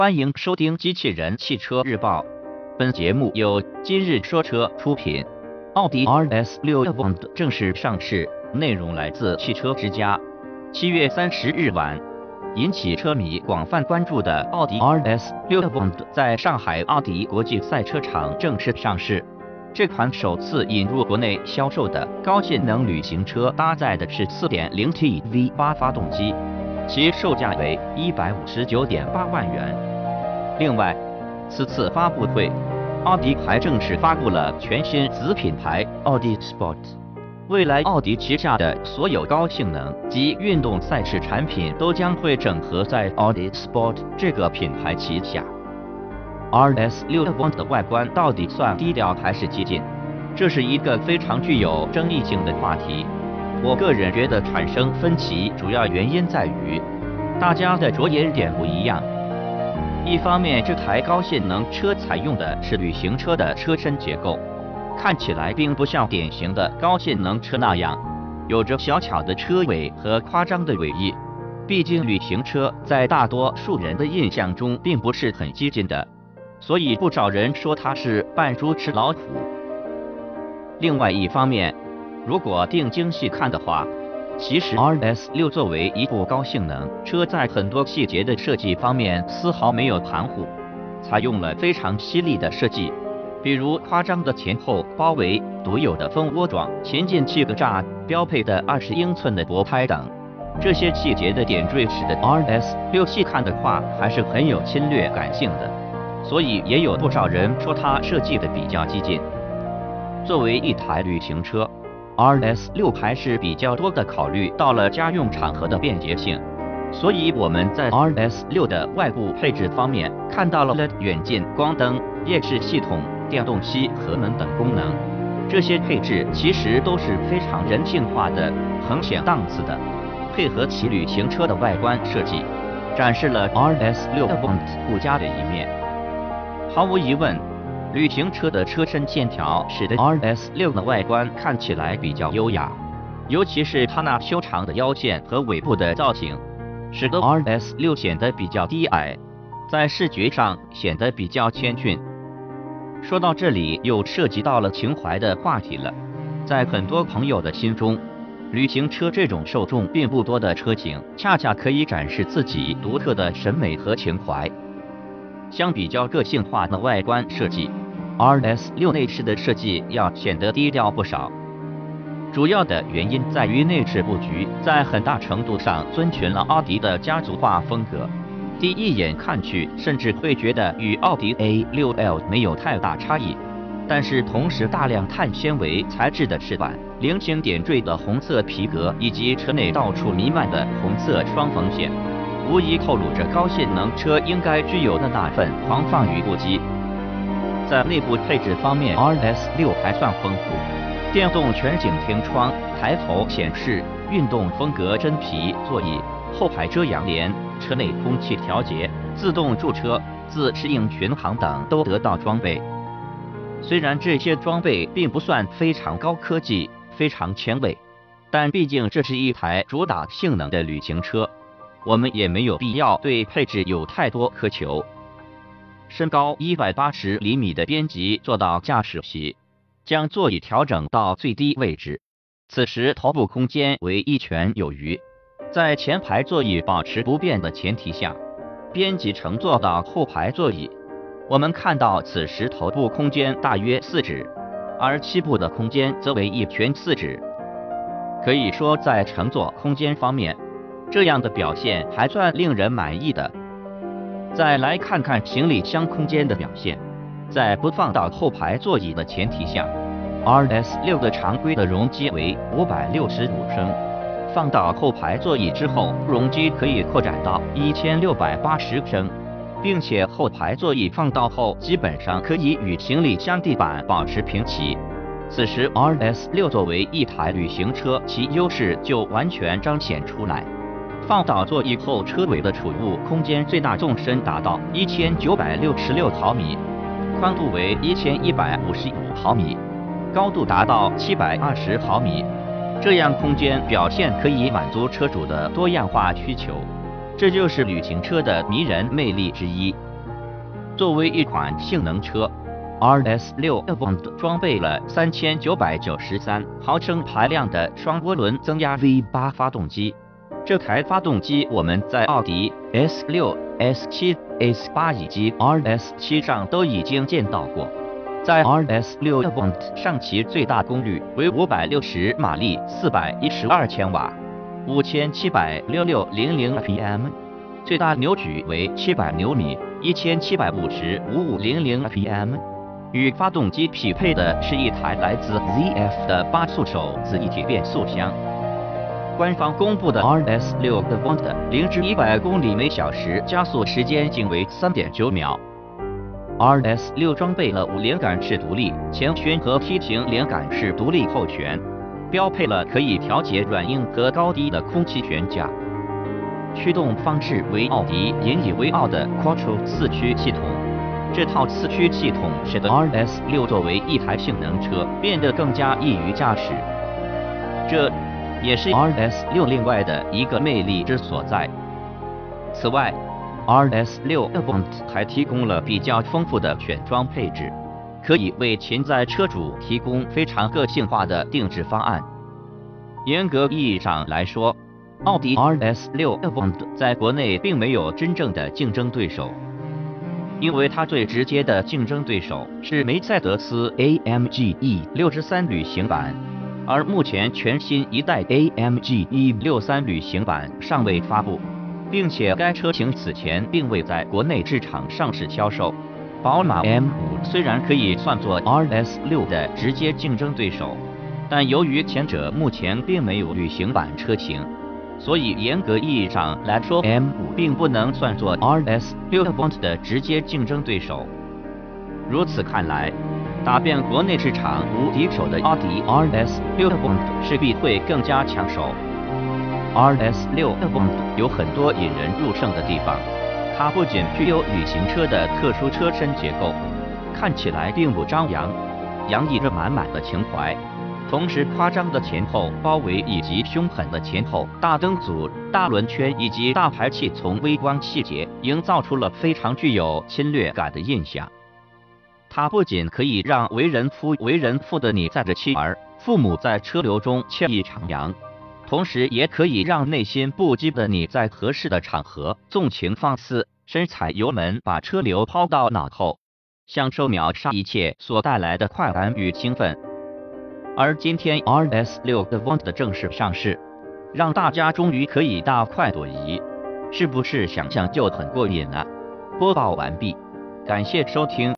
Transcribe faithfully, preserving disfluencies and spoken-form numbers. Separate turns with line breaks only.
欢迎收听机器人汽车日报，本节目由今日说车出品。奥迪 R S 六 Avant 正式上市，内容来自汽车之家。七月三十日晚，引起车迷广泛关注的奥迪 R S 六 Avant 在上海奥迪国际赛车场正式上市。这款首次引入国内销售的高性能旅行车，搭载的是 四点零 T V 八 发动机，其售价为一百五十九点八万元。另外，此次发布会，奥迪还正式发布了全新子品牌奥迪 Sport。未来，奥迪旗下的所有高性能及运动赛事产品都将会整合在奥迪 Sport 这个品牌旗下。R S 六 Avant 的外观到底算低调还是激进？这是一个非常具有争议性的话题。我个人觉得产生分歧主要原因在于，大家的着眼点不一样。一方面，这台高性能车采用的是旅行车的车身结构，看起来并不像典型的高性能车那样，有着小巧的车尾和夸张的尾翼。毕竟旅行车在大多数人的印象中并不是很激进的，所以不少人说它是扮猪吃老虎。另外一方面，如果定睛细看的话，其实 R S 六 作为一部高性能车，在很多细节的设计方面丝毫没有含糊，采用了非常犀利的设计，比如夸张的前后包围、独有的蜂窝状前进气格栅、标配的二十英寸的薄胎等。这些细节的点缀使得 R S 六 细看的话还是很有侵略感性的，所以也有不少人说它设计的比较激进。作为一台旅行车， R S 六 还是比较多的考虑到了家用场合的便捷性，所以我们在 R S 六 的外部配置方面看到了 L E D 远近光灯、夜视系统、电动吸合门等功能。这些配置其实都是非常人性化的、很显档次的，配合其旅行车的外观设计，展示了 R S 六 Avant 顾家的一面。毫无疑问，旅行车的车身线条使得 R S 六 的外观看起来比较优雅，尤其是它那修长的腰线和尾部的造型，使得 R S 六 显得比较低矮，在视觉上显得比较谦逊。说到这里，又涉及到了情怀的话题了。在很多朋友的心中，旅行车这种受众并不多的车型，恰恰可以展示自己独特的审美和情怀。相比较个性化的外观设计， R S 六 内饰的设计要显得低调不少。主要的原因在于内饰布局在很大程度上遵循了奥迪的家族化风格，第一眼看去甚至会觉得与奥迪 A 六 L 没有太大差异。但是同时，大量碳纤维材质的饰板、菱形点缀的红色皮革以及车内到处弥漫的红色双缝线，无疑透露着高性能车应该具有的那份狂放与不羁。在内部配置方面， R S 六 还算丰富，电动全景天窗、抬头显示、运动风格真皮座椅、后排遮阳帘、车内空气调节、自动驻车、自适应巡航等都得到装备。虽然这些装备并不算非常高科技、非常前卫，但毕竟这是一台主打性能的旅行车，我们也没有必要对配置有太多苛求。身高一百八十厘米的编辑坐到驾驶席，将座椅调整到最低位置，此时头部空间为一拳有余。在前排座椅保持不变的前提下，编辑乘坐到后排座椅，我们看到此时头部空间大约四指，而膝部的空间则为一拳四指。可以说在乘坐空间方面，这样的表现还算令人满意的。再来看看行李箱空间的表现，在不放到后排座椅的前提下， R S 六 的常规的容积为五百六十五升，放到后排座椅之后，容积可以扩展到一千六百八十升，并且后排座椅放到后基本上可以与行李箱地板保持平齐。此时 R S 六 作为一台旅行车，其优势就完全彰显出来。放倒座椅后，车尾的储物空间最大纵深达到一千九百六十六毫米，宽度为一千一百五十五毫米，高度达到七百二十毫米。这样空间表现可以满足车主的多样化需求，这就是旅行车的迷人魅力之一。 作为一款性能车 ，R S 六 Avant 装备了三千九百九十三毫升排量的双涡轮增压 V 八 发动机。这台发动机我们在奥迪 S 六、S 七、S 八以及 R S 七上都已经见到过。在 R S 六 Avant 上，其最大功率为五百六十马力，四百一十二千瓦，五千七百六十六零零 P M， 最大扭矩为七百牛米，一千七百五十五五零零 P M。与发动机匹配的是一台来自 Z F 的八速手自一体变速箱。官方公布的 R S 六 Avant 零至一百公里每小时加速时间仅为 三点九秒。R S 六装备了五连杆式独立前悬和 T 型连杆式独立后悬，标配了可以调节软硬和高低的空气悬架。驱动方式为奥迪引以为傲的 Quattro 四驱系统，这套四驱系统使得 R S 六作为一台性能车变得更加易于驾驶，这也是 R S 六另外的一个魅力之所在。此外，R S 六 Avant 还提供了比较丰富的选装配置，可以为潜在车主提供非常个性化的定制方案。严格意义上来说，奥迪 R S 六 Avant 在国内并没有真正的竞争对手，因为它最直接的竞争对手是梅赛德斯 A M G E 六十三旅行版，而目前全新一代 A M G E 六十三旅行版尚未发布，并且该车型此前并未在国内市场上市销售。宝马 M 五 虽然可以算作 R S 六的直接竞争对手，但由于前者目前并没有旅行版车型，所以严格意义上来说 M 五 并不能算作 R S 六 Avant 的直接竞争对手。如此看来，打遍国内市场无敌手的奥迪 R S 六 Avant 势必会更加抢手。R S 六 Avant 有很多引人入胜的地方，它不仅具有旅行车的特殊车身结构，看起来并不张扬，洋溢着满满的情怀，同时夸张的前后包围以及凶狠的前后大灯组、大轮圈以及大排气从微光细节营造出了非常具有侵略感的印象。它不仅可以让为人夫为人父的你载着妻儿、父母在车流中惬意徜徉，同时也可以让内心不羁的你在合适的场合纵情放肆，深踩油门把车流抛到脑后，享受秒杀一切所带来的快感与兴奋。而今天 R S 六 Avant 的正式上市，让大家终于可以大快朵颐，是不是想想就很过瘾了？播报完毕，感谢收听。